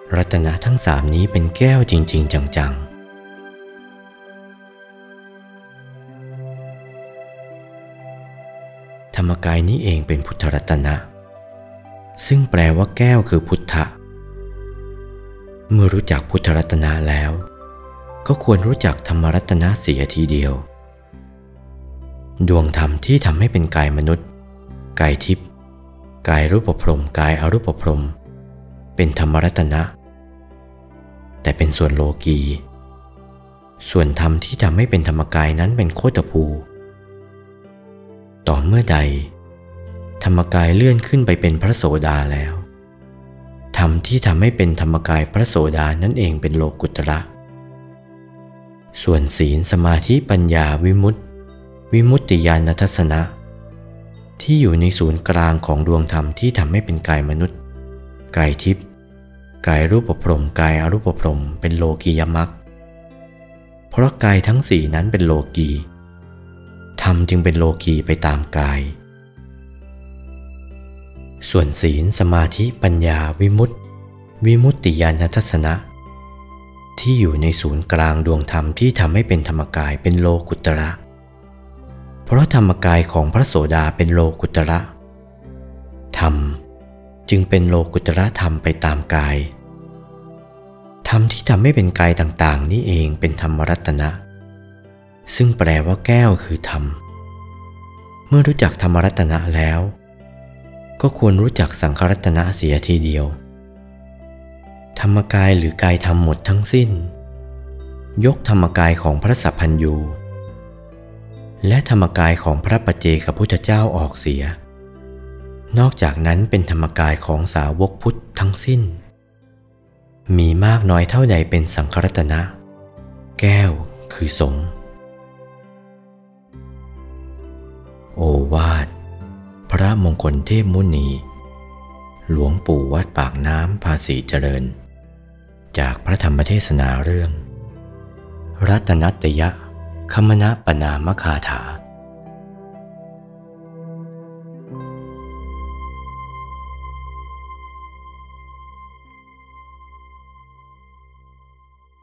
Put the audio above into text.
รัตนะทั้งสามนี้เป็นแก้วจริงๆจังๆธรรมกายนี้เองเป็นพุทธรัตนะซึ่งแปลว่าแก้วคือพุทธะเมื่อรู้จักพุทธรัตนะแล้วก็ควรรู้จักธรรมรัตนะเสียทีเดียวดวงธรรมที่ทำให้เป็นกายมนุษย์กายทิพย์กายรูปพรหมกายอรูปพรหมเป็นธรรมรัตนะแต่เป็นส่วนโลกีส่วนธรรมที่ทำให้เป็นธรรมกายนั้นเป็นโคตภูต่อเมื่อใดธรรมกายเลื่อนขึ้นไปเป็นพระโสดาแล้วธรรมที่ทำให้เป็นธรรมกายพระโสดานั่นเองเป็นโลกุตระส่วนศีลสมาธิปัญญาวิมุตติญาณทัศนะที่อยู่ในศูนย์กลางของดวงธรรมที่ทำให้เป็นกายมนุษย์กายทิพย์กายรูปพรหมกายอรูปพรหมเป็นโลกียมรรคเพราะกายทั้งสี่นั้นเป็นโลกีธรรมจึงเป็นโลกีไปตามกายส่วนศีลสมาธิปัญญาวิมุตติญาณทัศนะที่อยู่ในศูนย์กลางดวงธรรมที่ทำให้เป็นธรรมกายเป็นโลกุตระเพราะธรรมกายของพระโสดาเป็นโลกุตระธรรมจึงเป็นโลกุตระธรรมไปตามกายธรรมที่ทำให้เป็นกายต่างๆนี่เองเป็นธรรมรัตนะซึ่งแปลว่าแก้วคือธรรมเมื่อรู้จักธรรมรัตนะแล้วก็ควรรู้จักสังขรัตนะเสียทีเดียวธรรมกายหรือกายธรรมหมดทั้งสิ้นยกธรรมกายของพระสัพพัญญูและธรรมกายของพระปัจเจกพุทธเจ้าออกเสียนอกจากนั้นเป็นธรรมกายของสาวกพุทธทั้งสิ้นมีมากน้อยเท่าใดเป็นสังขรัตนะแก้วคือสงฆ์โอวาทพระมงคลเทพมุนีหลวงปู่วัดปากน้ำภาษีเจริญจากพระธรรมเทศนาเรื่องรัตนัตยคมนปนามคาถา